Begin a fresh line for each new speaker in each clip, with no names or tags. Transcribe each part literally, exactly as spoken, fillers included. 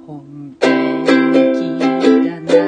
本気だな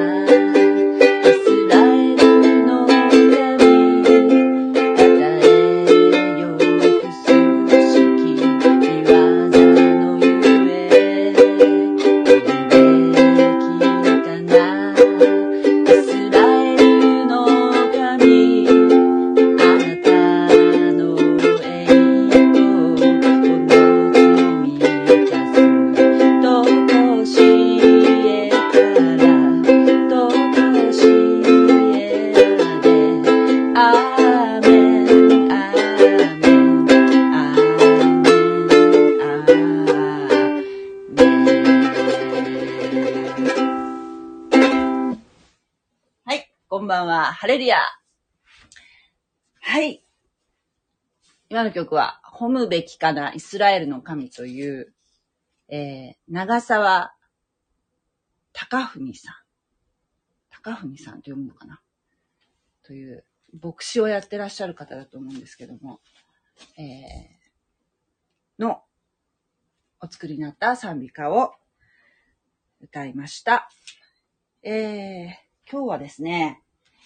ハレルヤ。はい。今の曲は、褒むべきかな、イスラエルの神という、えー、長澤貴文さん。貴文さんと読むのかなという、牧師をやってらっしゃる方だと思うんですけども、えー、の、お作りになった賛美歌を歌いました。えー、今日はですね、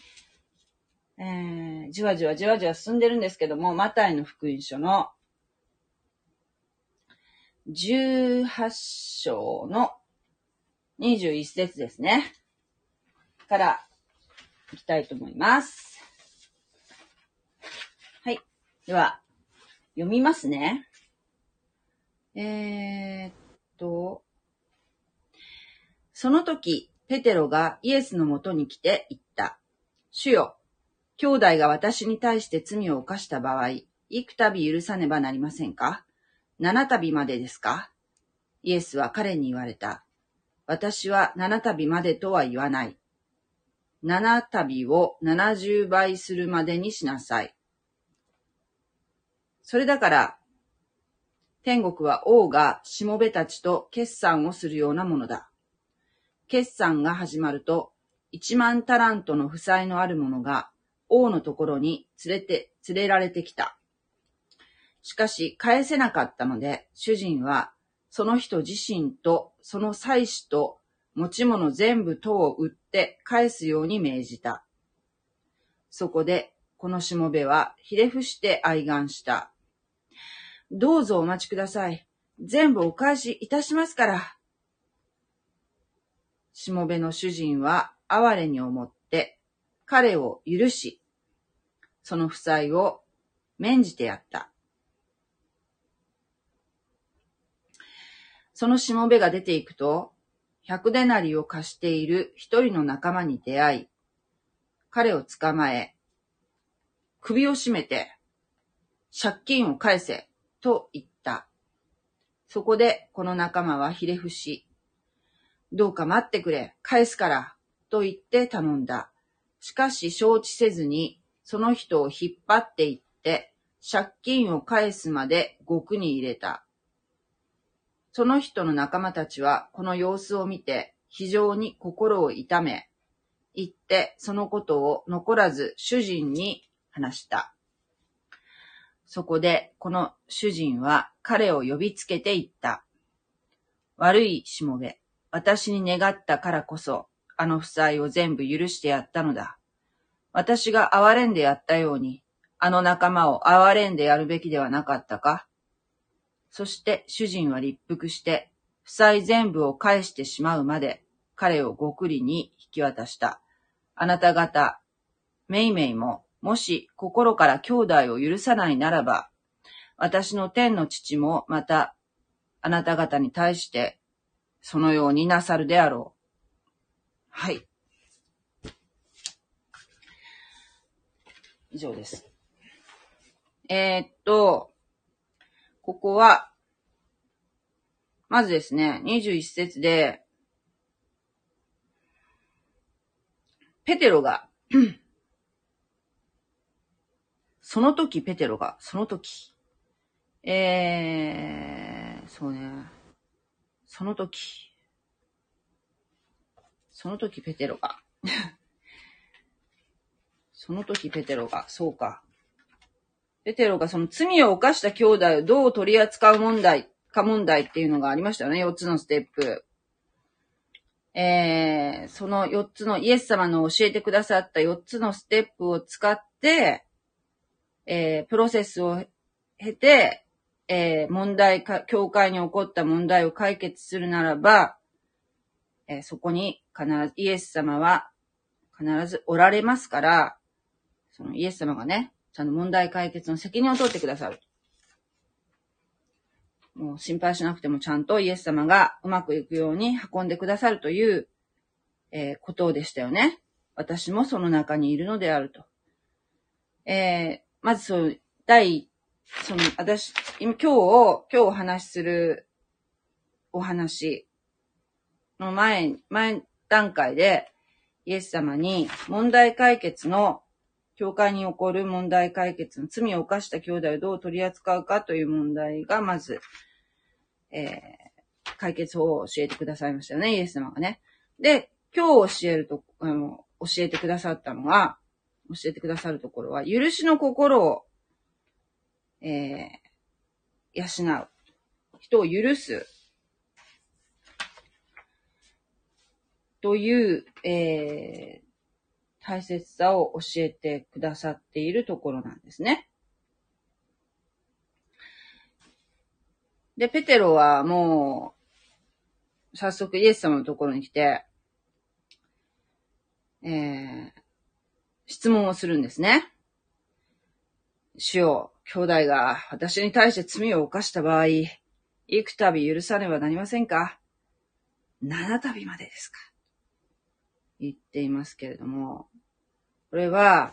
えー、じわじわじわじわ進んでるんですけども、マタイの福音書のじゅうはち章のにじゅういち節ですね。からいきたいと思います。はい。では、読みますね。えーっと、その時、ペテロがイエスのもとに来て言った。主よ、兄弟が私に対して罪を犯した場合、幾度許さねばなりませんか？七度までですか？イエスは彼に言われた。私は七度までとは言わない。七度を七十倍するまでにしなさい。それだから、天国は王がしもべたちと決算をするようなものだ。決算が始まると、一万タラントの負債のある者が、王のところに連れて、連れられてきた。しかし返せなかったので、主人はその人自身とその妻子と持ち物全部とを売って返すように命じた。そこでこのしもべはひれ伏して哀願した。どうぞお待ちください。全部お返しいたしますから。しもべの主人は哀れに思って彼を許し、その負債を免じてやった。そのしもべが出ていくと、百デナリを貸している一人の仲間に出会い、彼を捕まえ、首を絞めて、借金を返せ、と言った。そこでこの仲間はひれ伏し、どうか待ってくれ、返すから、と言って頼んだ。しかし承知せずに、その人を引っ張って行って、借金を返すまで獄に入れた。その人の仲間たちはこの様子を見て非常に心を痛め、言ってそのことを残らず主人に話した。そこでこの主人は彼を呼びつけて言った。悪いしもべ、私に願ったからこそあの負債を全部許してやったのだ。私が憐れんでやったように、あの仲間を憐れんでやるべきではなかったか？そして主人は立腹して、負債全部を返してしまうまで、彼を獄吏に引き渡した。あなた方、めいめいも、もし心から兄弟を許さないならば、私の天の父もまた、あなた方に対して、そのようになさるであろう。はい。以上です。えー、っと、ここは、まずですね、にじゅういち節で、ペテロが、その時ペテロが、その時、えー、そうね、その時、その時ペテロが、その時ペテロが、そうか。ペテロがその罪を犯した兄弟をどう取り扱う問題か問題っていうのがありましたよね。よっつのステップ。 えー、そのよっつのイエス様の教えてくださったよっつのステップを使って、えー、プロセスを経て、えー、問題か、教会に起こった問題を解決するならば、えー、そこに必ず、イエス様は必ずおられますから、そのイエス様がね、ちゃんと問題解決の責任を取ってくださる。もう心配しなくてもちゃんとイエス様がうまくいくように運んでくださるという、えー、ことでしたよね。私もその中にいるのであると。えー、まずそう、第、その、私、今日を、今日お話しするお話の前、前段階で、イエス様に問題解決の、教会に起こる問題解決の罪を犯した兄弟をどう取り扱うかという問題が、まず、えー、解決法を教えてくださいましたよね、イエス様がね。で、今日教えると、あの、教えてくださったのは、教えてくださるところは、許しの心を、えー、養う。人を許す。という、えー、大切さを教えてくださっているところなんですね。で、ペテロはもう、早速イエス様のところに来て、えー、質問をするんですね。主よ、兄弟が私に対して罪を犯した場合、幾度許さねばなりませんか？七度までですか？言っていますけれども、これは、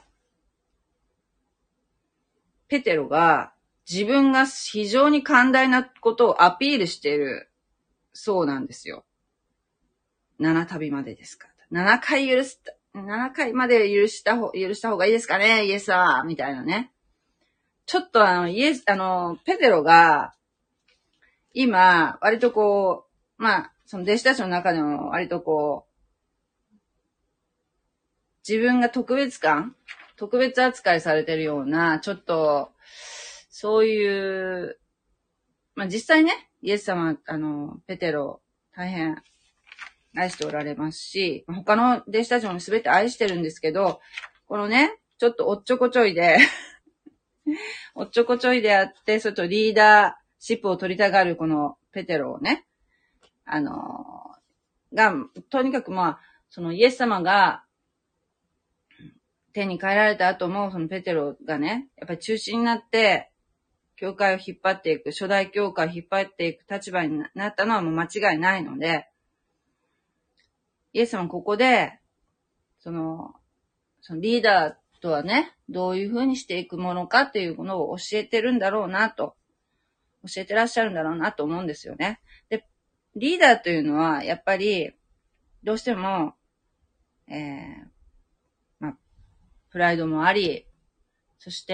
ペテロが自分が非常に寛大なことをアピールしているそうなんですよ。七度までですか？七回許す、七回まで許した方、許した方がいいですかね、イエスは、みたいなね。ちょっとあの、イエス、あの、ペテロが、今、割とこう、まあ、その弟子たちの中でも割とこう、自分が特別感特別扱いされてるような、ちょっと、そういう、まあ実際ね、イエス様、あの、ペテロ、大変愛しておられますし、他の弟子たちも全て愛してるんですけど、このね、ちょっとおっちょこちょいで、おっちょこちょいであって、ちょっとリーダーシップを取りたがるこのペテロをね、あの、が、とにかくまあ、そのイエス様が天に帰られた後も、そのペテロがね、やっぱり中心になって、教会を引っ張っていく、初代教会を引っ張っていく立場になったのはもう間違いないので、イエス様ここで、その、そのリーダーとはね、どういう風にしていくものかっていうものを教えてるんだろうなと、教えてらっしゃるんだろうなと思うんですよね。で、リーダーというのは、やっぱり、どうしても、えー、まあ、プライドもあり、そして、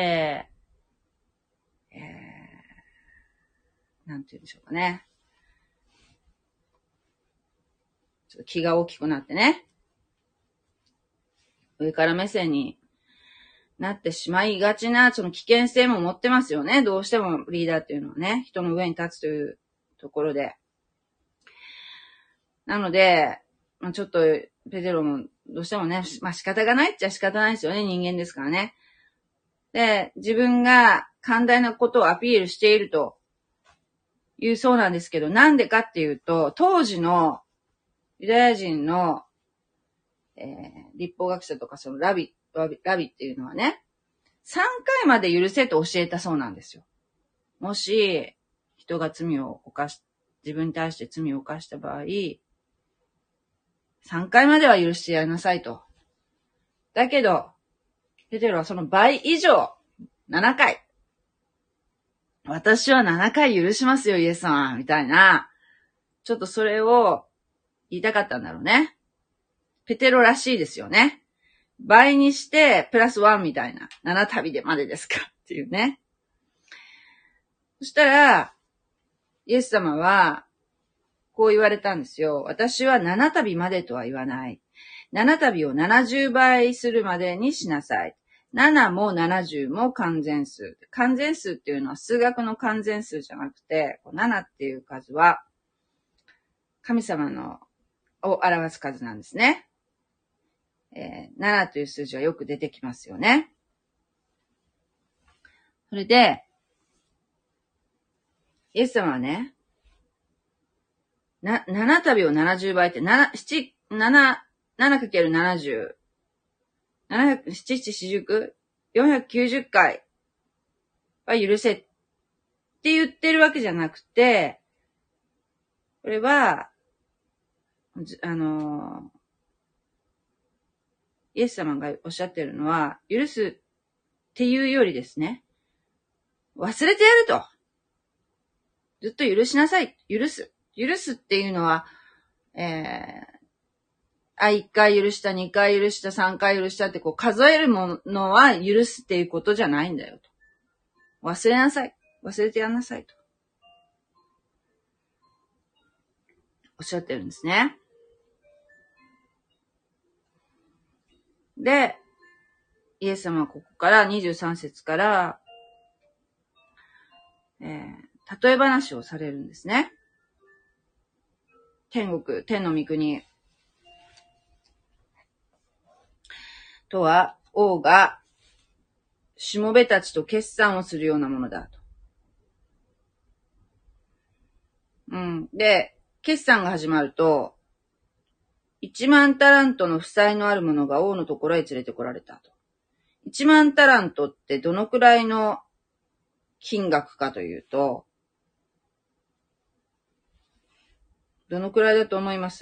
えー、なんて言うんでしょうかね。ちょっと気が大きくなってね、上から目線になってしまいがちな、その危険性も持ってますよね。どうしてもリーダーっていうのはね、人の上に立つというところで。なので、まあ、ちょっと、ペテロもどうしてもね、まあ仕方がないっちゃ仕方ないですよね、人間ですからね。で、自分が寛大なことをアピールしているというそうなんですけど、なんでかっていうと、当時のユダヤ人の、えー、立法学者とかそのラビ、ラビ、ラビっていうのはね、さんかいまで許せと教えたそうなんですよ。もし、人が罪を犯し、自分に対して罪を犯した場合、さんかいまでは許してやりなさいと。だけど、ペテロはその倍以上、ななかい。私はななかい許しますよ、イエス様、みたいな。ちょっとそれを言いたかったんだろうね。ペテロらしいですよね。倍にして、プラスワンみたいな。なな旅でまでですかっていうね。そしたら、イエス様は、こう言われたんですよ。私はなな旅までとは言わない。なな旅をななじゅうばいするまでにしなさい。ななもななじゅうも完全数。完全数っていうのは数学の完全数じゃなくて、ななっていう数は、神様のを表す数なんですね。えー、ななという数字はよく出てきますよね。それで、イエス様はね、な、なな旅をななじゅうばいって、なな、なな、ななかけるななじゅう、ななひゃく、なな、なな、なな、よんひゃくきゅうじゅっかいは許せって言ってるわけじゃなくて、これは、あの、イエス様がおっしゃってるのは、許すっていうよりですね、忘れてやると。ずっと許しなさい。許す。許すっていうのは、えー、あ、いっかい許した、にかい許した、さんかい許したってこう数えるものは許すっていうことじゃないんだよと。忘れなさい。忘れてやんなさいと。おっしゃってるんですね。で、イエス様はここからにじゅうさん節から、えー、例え話をされるんですね。天国、天の御国とは、王がしもべたちと決算をするようなものだと。うん。で、決算が始まると、一万タラントの負債のある者が王のところへ連れてこられたと。一万タラントってどのくらいの金額かというと、どのくらいだと思います？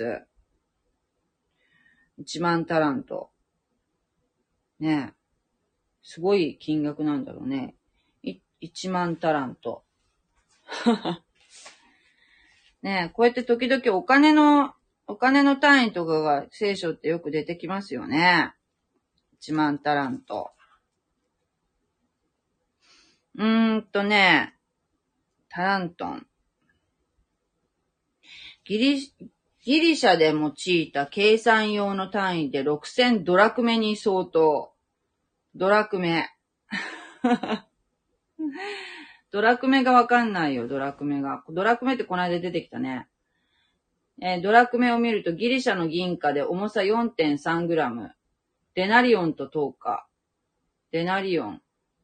一万タラント。ねえ。すごい金額なんだろうね。い、一万タラント。ねえ、こうやって時々お金の、お金の単位とかが聖書ってよく出てきますよね。一万タラント。うーんとね、タラントン。ギリ、ギリシャで用いた計算用の単位でろくせんドラクメに相当。ドラクメ。ドラクメがわかんないよ、ドラクメが。ドラクメってこの間出てきたね。えー、ドラクメを見るとギリシャの銀貨で重さ よんてんさんグラム。デナリオンと等価。デナリオン。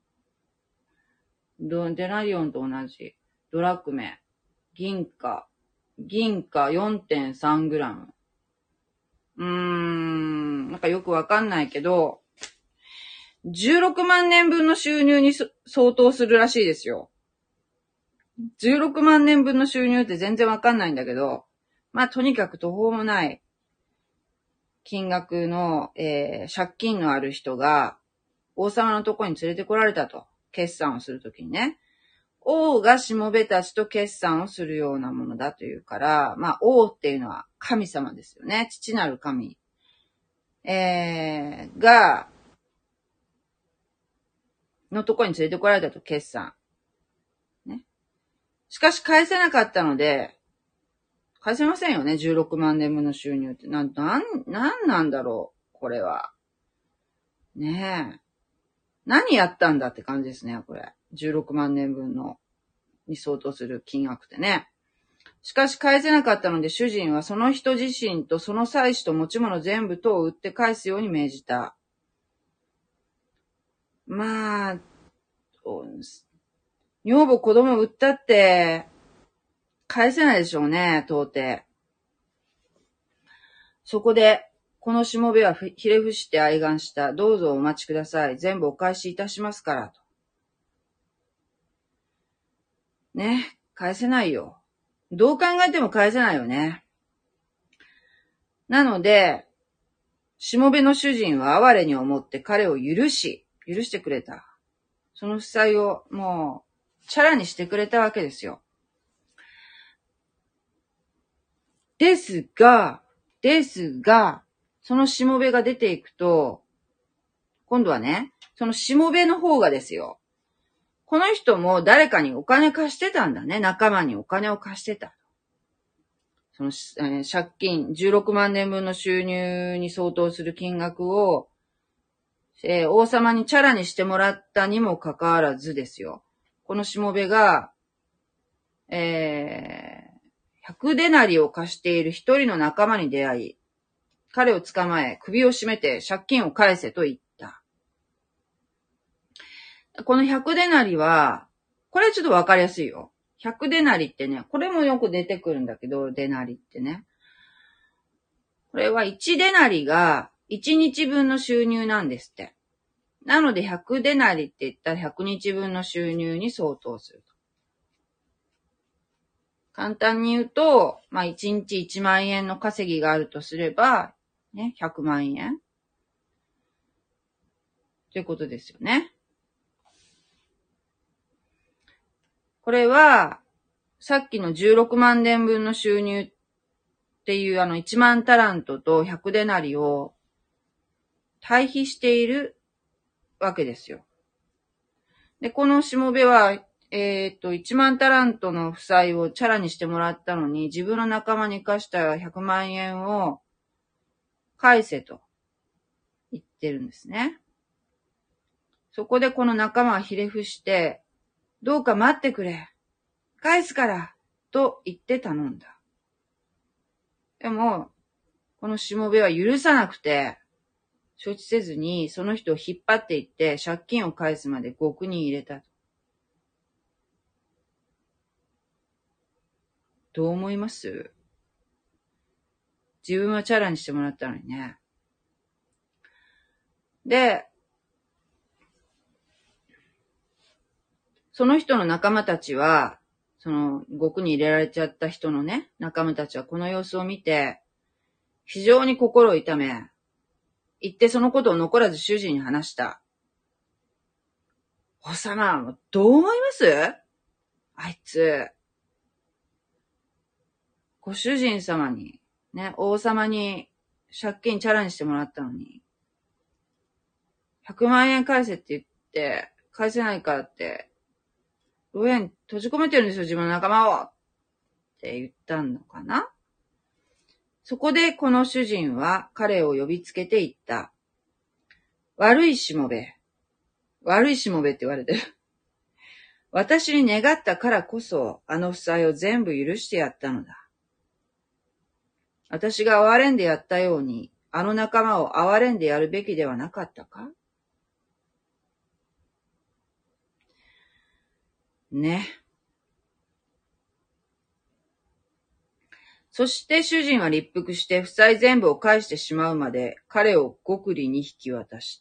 デナリオンと同じ。ドラクメ。銀貨。銀貨 よんてんさんグラム。うーん、なんかよくわかんないけど、じゅうろくまんねんぶんの収入に相当するらしいですよ。じゅうろくまんねんぶんの収入って全然わかんないんだけど、まあとにかく途方もない金額の、えー、借金のある人が王様のところに連れてこられたと。決算をするときにね。王がしもべたちと決算をするようなものだというから、まあ王っていうのは神様ですよね。父なる神。えー、が、のところに連れてこられたと、決算。ね。しかし返せなかったので、返せませんよね、じゅうろくまんねんぶんの収入って。なん、なん、なんなんだろう、これは。ねえ。何やったんだって感じですね、これ。じゅうろくまんねんぶんの、に相当する金額ってね。しかし返せなかったので主人はその人自身とその妻子と持ち物全部とを売って返すように命じた。まあ、女房子供売ったって、返せないでしょうね、到底。そこで、このしもべはひれ伏して哀願した。どうぞお待ちください。全部お返しいたしますから。とね、返せないよ。どう考えても返せないよね。なので、しもべの主人は哀れに思って彼を許し、許してくれた。その負債をもう、チャラにしてくれたわけですよ。ですが、ですが、そのしもべが出ていくと、今度はね、そのしもべの方がですよ。この人も誰かにお金貸してたんだね。仲間にお金を貸してた。その、えー、借金、じゅうろくまんねんぶんの収入に相当する金額を、えー、王様にチャラにしてもらったにもかかわらずですよ。このしもべが、えー、 百デナリを貸している一人の仲間に出会い、彼を捕まえ、首を絞めて借金を返せと言った。この百デナリは、これちょっとわかりやすいよ。百デナリってね、これもよく出てくるんだけど、デナリってね。これは一デナリが一日分の収入なんですって。なので百デナリって言ったら百日分の収入に相当すると。簡単に言うと、まあ一日一万円の稼ぎがあるとすれば、ね、百万円ということですよね。これは、さっきのじゅうろくまんねんぶんの収入っていうあのいちまんタラントとひゃくデナリを対比しているわけですよ。で、このしもべは、えっと、いちまんタラントの負債をチャラにしてもらったのに、自分の仲間に貸したひゃくまんえんを返せと言ってるんですね。そこでこの仲間はひれ伏して、どうか待ってくれ。返すから、と言って頼んだ。でも、このしもべは許さなくて、承知せずにその人を引っ張っていって借金を返すまで獄に入れたと。どう思います？自分はチャラにしてもらったのにね。で、その人の仲間たちは、その獄に入れられちゃった人のね、仲間たちはこの様子を見て、非常に心を痛め、言ってそのことを残らず主人に話した。王様、どう思います？あいつ、ご主人様に、ね、王様に借金チャラにしてもらったのに、ひゃくまんえん返せって言って、返せないからって、牢屋に閉じ込めてるんですよ、自分の仲間をって言ったのかな。そこでこの主人は彼を呼びつけて言った。悪いしもべ。悪いしもべって言われてる。私に願ったからこそ、あの負債を全部許してやったのだ。私が憐れんでやったように、あの仲間を憐れんでやるべきではなかったか？ね。そして主人は立腹して負債全部を返してしまうまで彼を獄吏に引き渡した。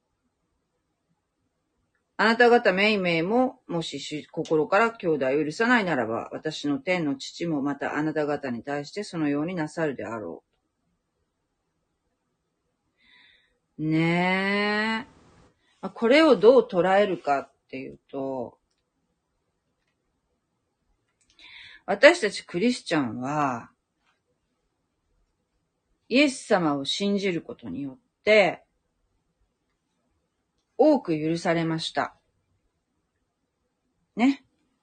あなた方めいめいも、もし心から兄弟を許さないならば、私の天の父もまたあなた方に対してそのようになさるであろう。ねえ。これをどう捉えるかっていうと、私たちクリスチャンは、イエス様を信じることによって、多く許されました。ね。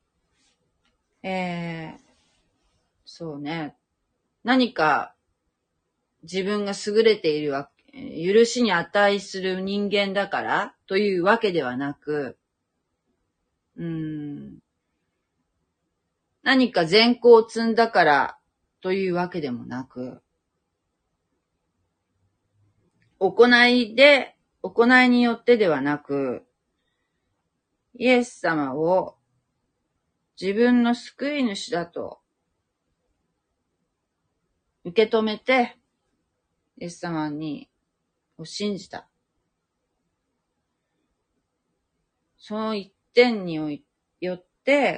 えー、そうね。何か自分が優れているわけ、許しに値する人間だからというわけではなく、うーん、何か善行を積んだからというわけでもなく、行いで、行いによってではなく、イエス様を自分の救い主だと受け止めて、イエス様にを信じた。その一点によって、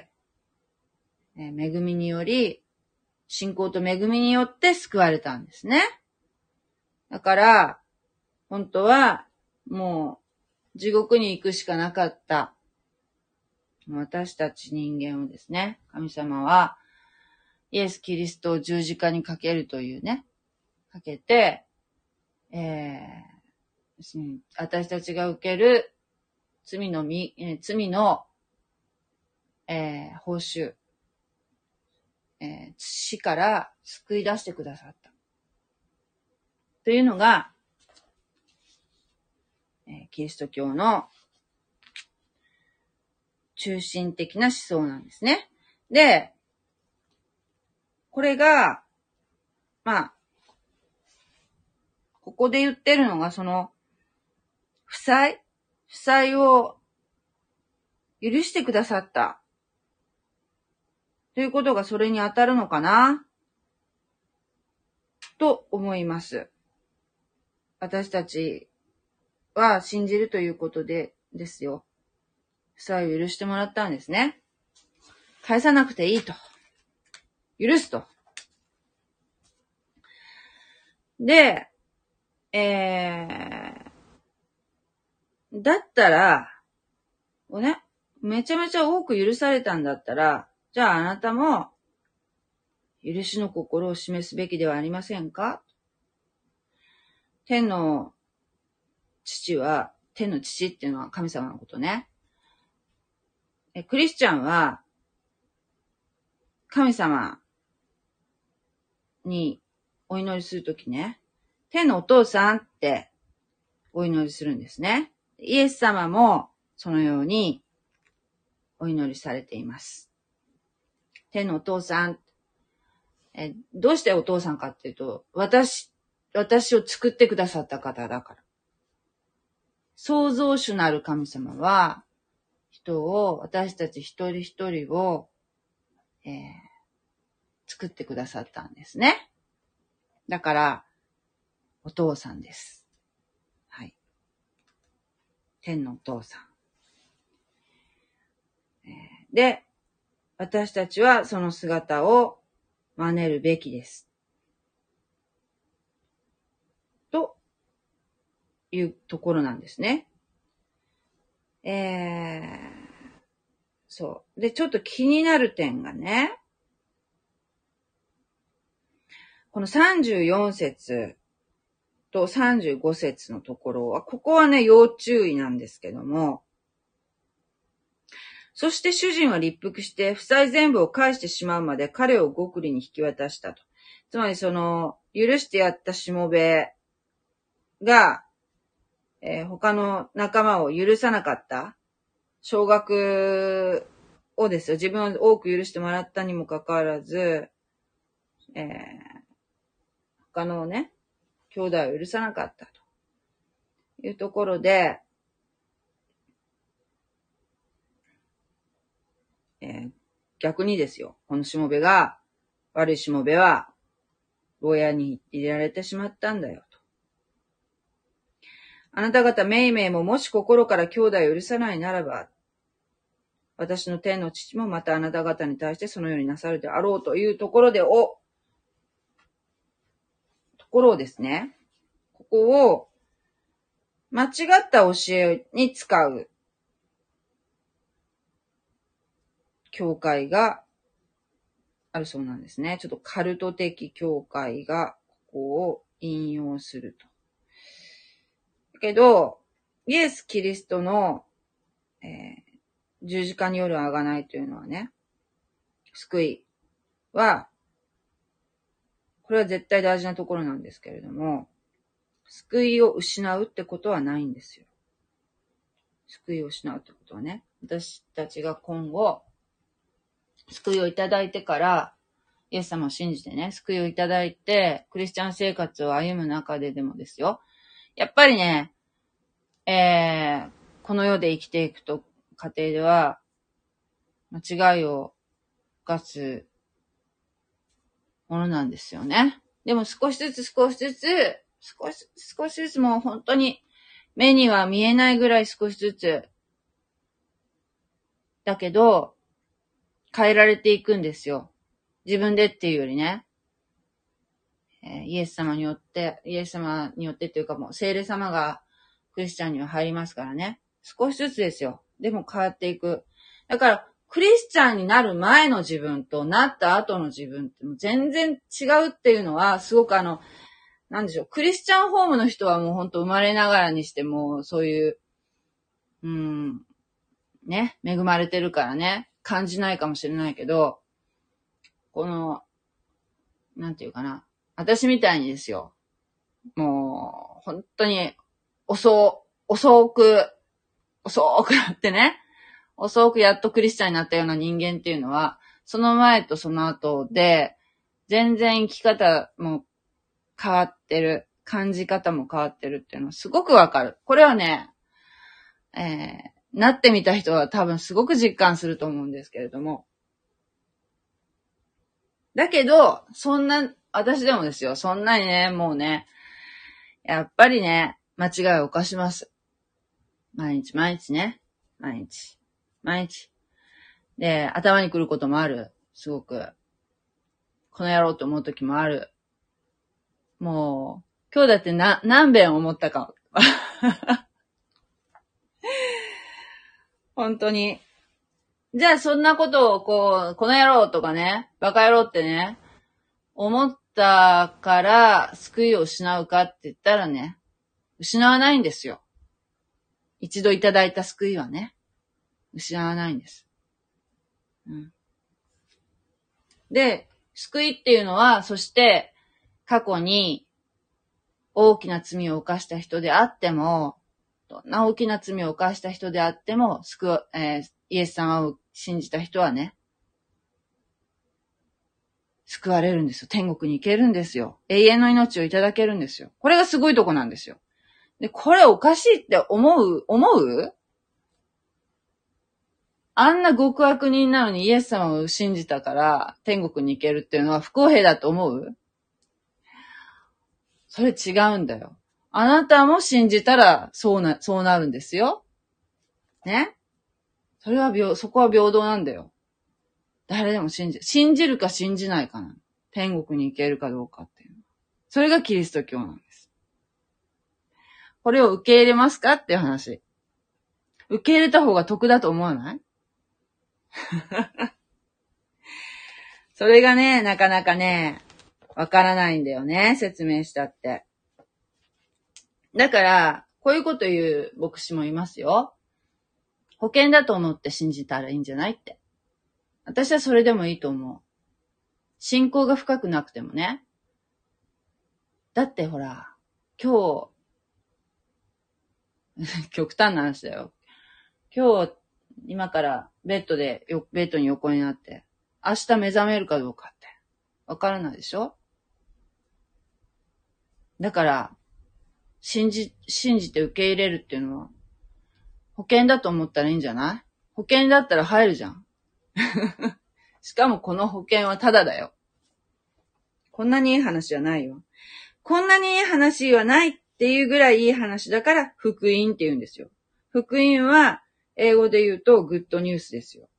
恵みにより、信仰と恵みによって救われたんですね。だから、本当はもう地獄に行くしかなかった私たち人間をですね、神様はイエス・キリストを十字架にかけるというね、かけて、えー、私たちが受ける罪のみ、えー、罪の、えー、報酬、えー、死から救い出してくださった。というのが、えー、キリスト教の中心的な思想なんですね。で、 これが、まあ、ここで言ってるのが、その、負債負債を許してくださった。ということがそれに当たるのかなと思います。私たちは信じるということで、ですよ。負債を許してもらったんですね。返さなくていいと。許すと。で、えー、だったら、ね、めちゃめちゃ多く許されたんだったら、じゃああなたも、許しの心を示すべきではありませんか？天の父は、天の父っていうのは神様のことね。えクリスチャンは、神様にお祈りするときね、天のお父さんってお祈りするんですね。イエス様もそのようにお祈りされています。天のお父さん、えどうしてお父さんかっていうと、私、私を作ってくださった方だから。創造主なる神様は、人を、私たち一人一人を、えー、作ってくださったんですね。だから、お父さんです。はい。天のお父さん。えー、で、私たちはその姿を真似るべきです。というところなんですね。えー、そう。で、ちょっと気になる点がね、このさんじゅうよん節とさんじゅうご節のところは、ここはね、要注意なんですけども、そして主人は立腹して、負債全部を返してしまうまで彼を極利に引き渡したと。つまりその、許してやったしもべが、えー、他の仲間を許さなかった。少額をですよ。自分を多く許してもらったにもかかわらず、えー、他のね、兄弟を許さなかったというところで、えー、逆にですよ。このしもべが、悪いしもべは、牢屋に入れられてしまったんだよと。あなた方めいめいももし心から兄弟を許さないならば、私の天の父もまたあなた方に対してそのようになさるであろうというところでお、ところをですね、ここを間違った教えに使う教会があるそうなんですね。ちょっとカルト的教会がここを引用すると。だけど、イエス・キリストの、えー、十字架による贖いというのはね、救いは、これは絶対大事なところなんですけれども、救いを失うってことはないんですよ。救いを失うってことはね、私たちが今後、救いをいただいてから、イエス様を信じてね、救いをいただいて、クリスチャン生活を歩む中ででもですよ。やっぱりね、えー、この世で生きていくと、過程では、間違いを犯すものなんですよね。でも少しずつ少しずつ、少し、少しずつもう本当に目には見えないぐらい少しずつ、だけど、変えられていくんですよ。自分でっていうよりね。えー、イエス様によって、イエス様によってっていうかもう聖霊様がクリスチャンには入りますからね。少しずつですよ。でも変わっていく。だから、クリスチャンになる前の自分となった後の自分ってもう全然違うっていうのは、すごくあの、なんでしょう。クリスチャンホームの人はもうほんと生まれながらにしても、そういう、うーん、ね、恵まれてるからね、感じないかもしれないけど、この、なんていうかな。私みたいにですよ。もう、本当に、遅、遅く、遅くなってね。遅くやっとクリスチャンになったような人間っていうのは、その前とその後で、 全然生き方も変わってる。感じ方も変わってるっていうのはすごくわかる。これはね、えー、なってみた人は多分すごく実感すると思うんですけれども。だけど、そんな、私でもですよ、そんなにね、もうね、やっぱりね、間違いを犯します。毎日毎日ね。毎日。毎日。で、頭に来ることもある。すごく。この野郎と思う時もある。もう、今日だってな、何遍思ったか。本当に。じゃあそんなことをこう、この野郎とかね、バカ野郎ってね、思ったから救いを失うかって言ったらね、失わないんですよ。一度いただいた救いはね、失わないんです。うん、で、救いっていうのは、そして過去に大きな罪を犯した人であっても、どんな大きな罪を犯した人であっても、救う、えー、イエス様を信じた人はね、救われるんですよ。天国に行けるんですよ。永遠の命をいただけるんですよ。これがすごいとこなんですよ。で、これおかしいって思う、思うあんな極悪人なのにイエス様を信じたから天国に行けるっていうのは不公平だと思う？それ違うんだよ。あなたも信じたらそうな、そうなるんですよ。ね？それは平、そこは平等なんだよ。誰でも信じる。信じるか信じないかな。天国に行けるかどうかっていう。それがキリスト教なんです。これを受け入れますかっていう話。受け入れた方が得だと思わないそれがね、なかなかね、わからないんだよね、説明したって。だから、こういうこと言う牧師もいますよ。保険だと思って信じたらいいんじゃないって。私はそれでもいいと思う。信仰が深くなくてもね。だってほら、今日、極端な話だよ。今日、今からベッドでよ、ベッドに横になって、明日目覚めるかどうかって、わからないでしょ？だから、信じ、信じて受け入れるっていうのは、保険だと思ったらいいんじゃない？保険だったら入るじゃん。しかもこの保険はタダだよ。こんなにいい話じゃないよ。こんなにいい話はないっていうぐらいいい話だから福音って言うんですよ。福音は英語で言うとグッドニュースですよ。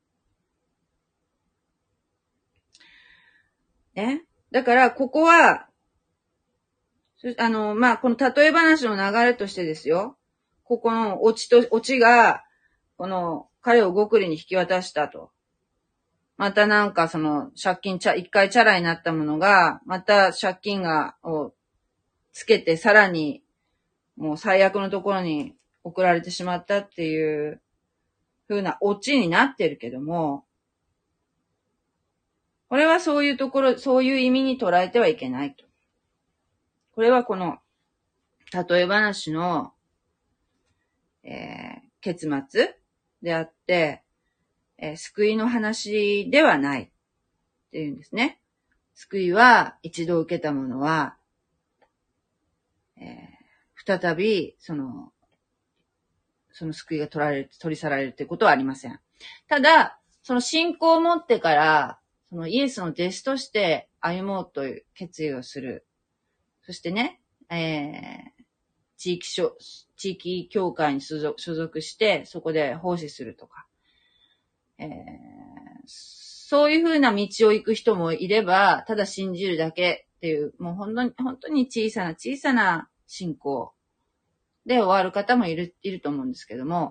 ね。だからここは、あの、まあ、この例え話の流れとしてですよ。ここのオチと、オチが、この彼を極利に引き渡したと。またなんかその借金、一回チャラになったものが、また借金が、をつけてさらにもう最悪のところに送られてしまったっていう風なオチになってるけども、これはそういうところ、そういう意味に捉えてはいけないと。これはこの例え話の、えー、結末であって、えー、救いの話ではないっていうんですね。救いは一度受けたものは、えー、再びそのその救いが取られる、取り去られるということはありません。ただ、その信仰を持ってから、そのイエスの弟子として歩もうという決意をする。そしてね、えー、地域所、地域協会に所属、所属して、そこで奉仕するとか、えー、そういうふうな道を行く人もいれば、ただ信じるだけっていう、もう本当に、本当に小さな小さな信仰で終わる方もいる、いると思うんですけども、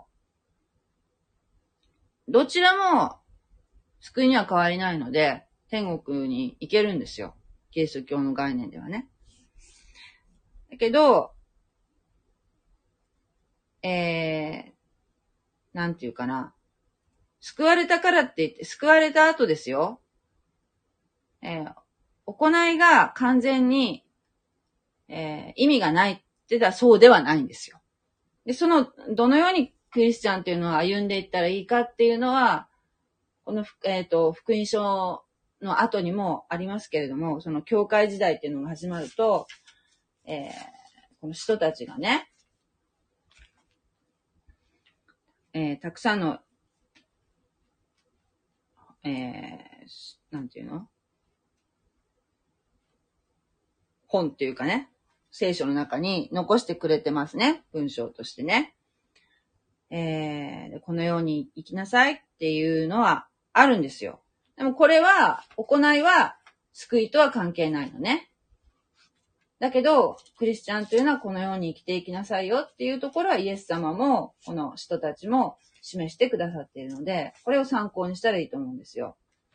どちらも救いには変わりないので、天国に行けるんですよ。キリスト教の概念ではね。だけど、えー、なんていうかな。救われたからって言って、救われた後ですよ。えー、行いが完全に、えー、意味がないって言ったらそうではないんですよ。で、その、どのようにクリスチャンっていうのを歩んでいったらいいかっていうのは、この、えっと、福音書の後にもありますけれども、その教会時代っていうのが始まると、えー、この人たちがね、えー、たくさんの、えー、なんていうの？本っていうかね、聖書の中に残してくれてますね。文章としてね。えー、このように生きなさいっていうのはあるんですよ。でもこれは、行いは救いとは関係ないのね。だけど、クリスチャンというのはこのように生きていきなさいよっていうところはイエス様も、この人たちも示してくださっているので、これを参考にしたらいいと思うんですよ。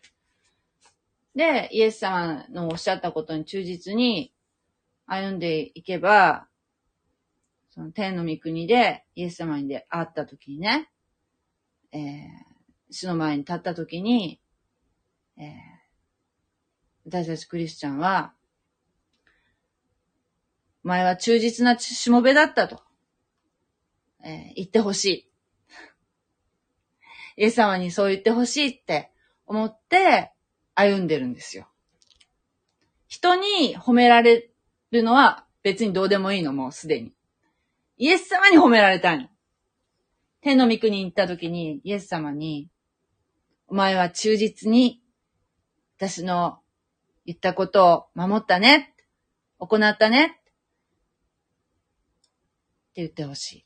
で、イエス様のおっしゃったことに忠実に歩んでいけば、その天の御国でイエス様に出会った時にね、えー、主の前に立った時に、えー、私たちクリスチャンは、前は忠実なしもべだったと、えー、言ってほしい。イエス様にそう言ってほしいって思って歩んでるんですよ。人に褒められるのは別にどうでもいいの、もうすでに。イエス様に褒められたいの。天の御国に行った時にイエス様に、お前は忠実に私の言ったことを守ったね、行ったねって言ってほしい。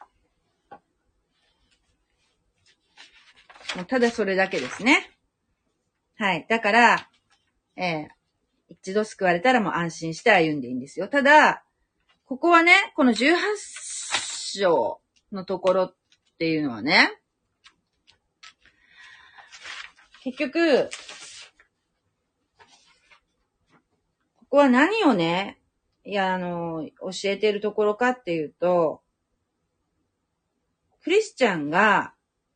もうただそれだけですね。はい。だから、えー、一度救われたらもう安心して歩んでいいんですよ。ただ、ここはね、このじゅうはち章のところっていうのはね、結局、ここは何をね、いや、あの、教えているところかっていうと、クリスチャンが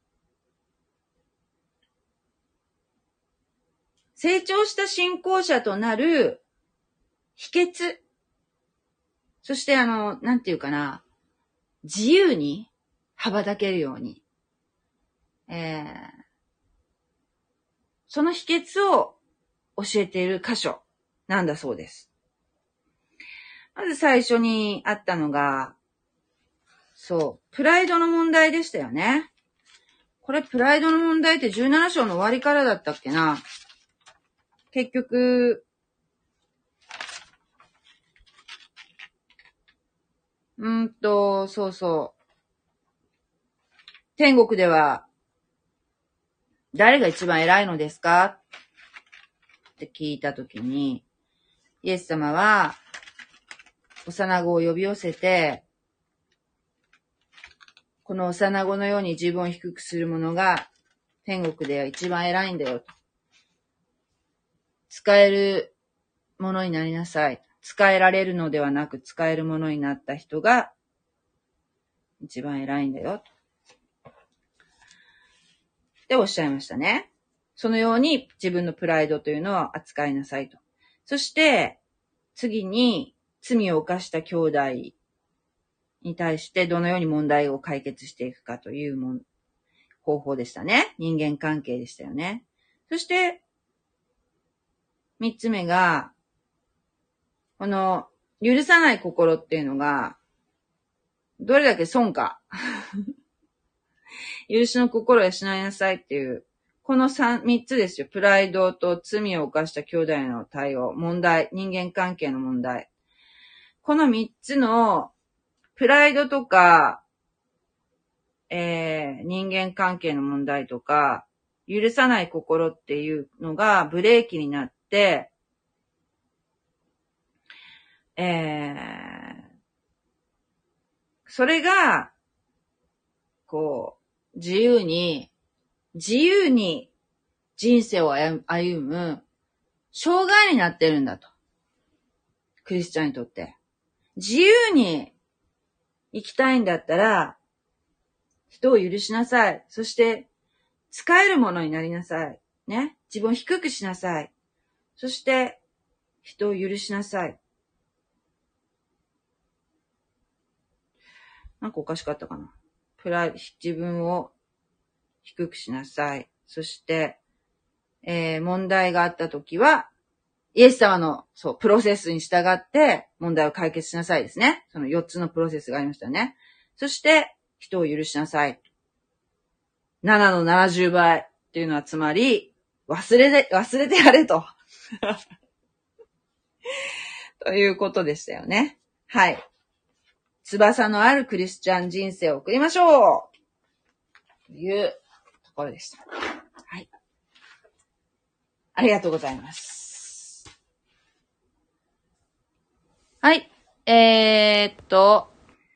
成長した信仰者となる秘訣、そしてあの、なんていうかな、自由に羽ばたけるように、えー、その秘訣を教えている箇所なんだそうです。まず最初にあったのが、そう、プライドの問題でしたよね。これプライドの問題ってじゅうなな章の終わりからだったっけな。結局、うーんと、そうそう。天国では、誰が一番偉いのですかって聞いたときに、イエス様は、幼子を呼び寄せて、この幼子のように自分を低くする者が、天国では一番偉いんだよと。使えるものになりなさい。使えられるのではなく、使えるものになった人が、一番偉いんだよと。っておっしゃいましたね。そのように自分のプライドというのを扱いなさいと。そして、次に罪を犯した兄弟に対してどのように問題を解決していくかというも方法でしたね。人間関係でしたよね。そして、三つ目が、この許さない心っていうのが、どれだけ損か。許しの心を養いなさいっていう、この三、三つですよ。プライドと罪を犯した兄弟の対応、問題、人間関係の問題。この三つの、プライドとか、えー、人間関係の問題とか、許さない心っていうのがブレーキになって、えー、それが、こう、自由に、自由に人生を歩む障害になってるんだと。クリスチャンにとって。自由に生きたいんだったら、人を許しなさい。そして、使えるものになりなさい。ね。自分を低くしなさい。そして、人を許しなさい。なんかおかしかったかな。プライ、自分を低くしなさい。そして、 えー、問題があったときは、イエス様の、そう、プロセスに従って問題を解決しなさいですね。そのよっつのプロセスがありましたね。そして、人を許しなさい。ななのななじゅうばいっていうのはつまり、忘れて、忘れてやれと。ということでしたよね。はい。翼のあるクリスチャン人生を送りましょうというところでした。はい。ありがとうございます。はい。えー、っと。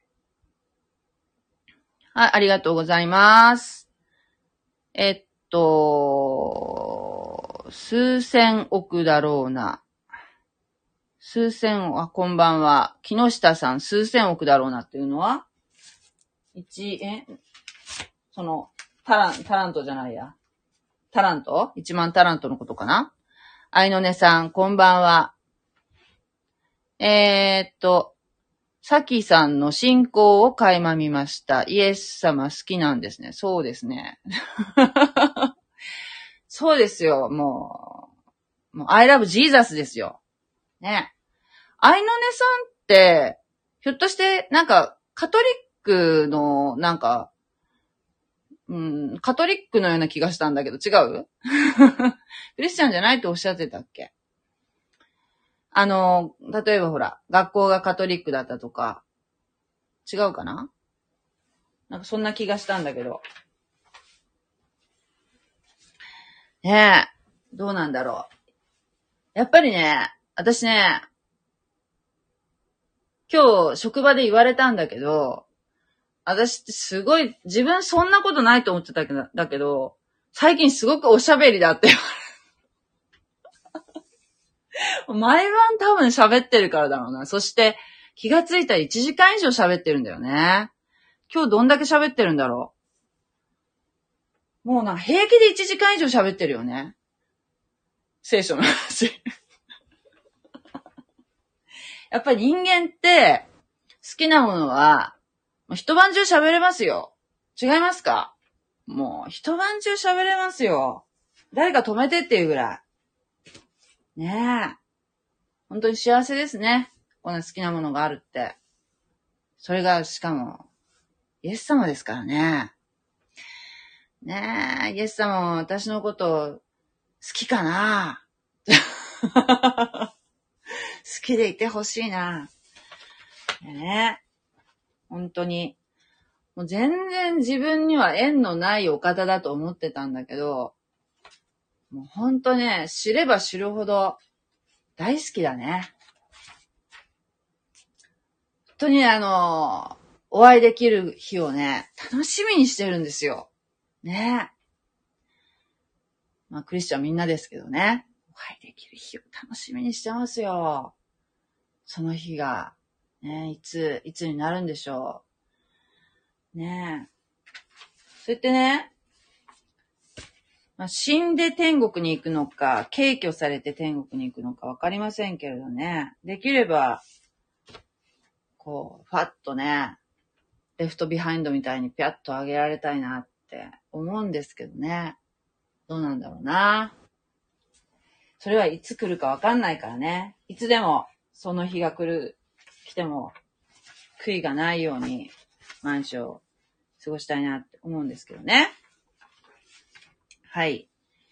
はい、ありがとうございます。えっと、数千億だろうな。数千億、あ、こんばんは。木下さん、数千億だろうなっていうのは一、えその、タラン、タラントじゃないや。タラント一万タラントのことかな。あいのねさん、こんばんは。えー、っと、さきさんの信仰を垣間見ました。イエス様好きなんですね。そうですね。そうですよ。もう、もう I love Jesus ですよ。ね。あいのねさんって、ひょっとして、なんか、カトリックの、なんか、うん、カトリックのような気がしたんだけど、違うクリスチャンじゃないとおっしゃってたっけ？あの、例えばほら、学校がカトリックだったとか、違うかな？なんかそんな気がしたんだけど。ねえ、どうなんだろう。やっぱりね、私ね、今日職場で言われたんだけど、私ってすごい、自分そんなことないと思ってたけど、だけど、最近すごくおしゃべりだって言われる。毎晩多分喋ってるからだろうな。そして気がついたらいちじかん以上喋ってるんだよね。今日どんだけ喋ってるんだろう。もうなんか平気でいちじかん以上喋ってるよね。聖書の話。やっぱり人間って好きなものは一晩中喋れますよ。違いますか？もう一晩中喋れますよ。誰か止めてっていうぐらい。ねえ。本当に幸せですね。こんな好きなものがあるって。それがしかもイエス様ですからね。ねえ、イエス様も私のこと好きかな好きでいてほしいな。ねえ。本当に。もう全然自分には縁のないお方だと思ってたんだけど、もう本当ね、知れば知るほど大好きだね。本当にあの、お会いできる日をね、楽しみにしてるんですよ。ね。まあクリスチャンみんなですけどね、お会いできる日を楽しみにしてますよ。その日が、ね、いつ、いつになるんでしょう。ねえ。そうやってね、まあ、死んで天国に行くのか、軽挙されて天国に行くのかわかりませんけれどね。できれば、こう、ファッとね、レフトビハインドみたいにピャッと上げられたいなって思うんですけどね。どうなんだろうな。それはいつ来るかわかんないからね。いつでもその日が来る、来ても悔いがないように毎日を過ごしたいなって思うんですけどね。はい。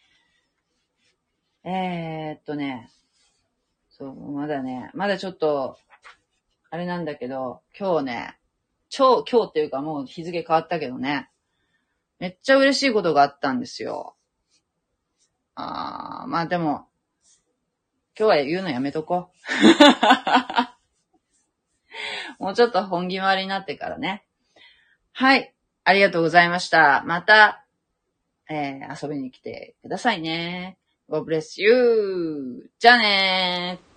えー、っとね、そう、まだね、まだちょっと、あれなんだけど、今日ね、超、今日っていうかもう日付変わったけどね、めっちゃ嬉しいことがあったんですよ。あー、まあでも、今日は言うのやめとこう。もうちょっと本気回りになってからね。はい。ありがとうございました。また、えー、遊びに来てくださいね。God bless you. じゃあねー。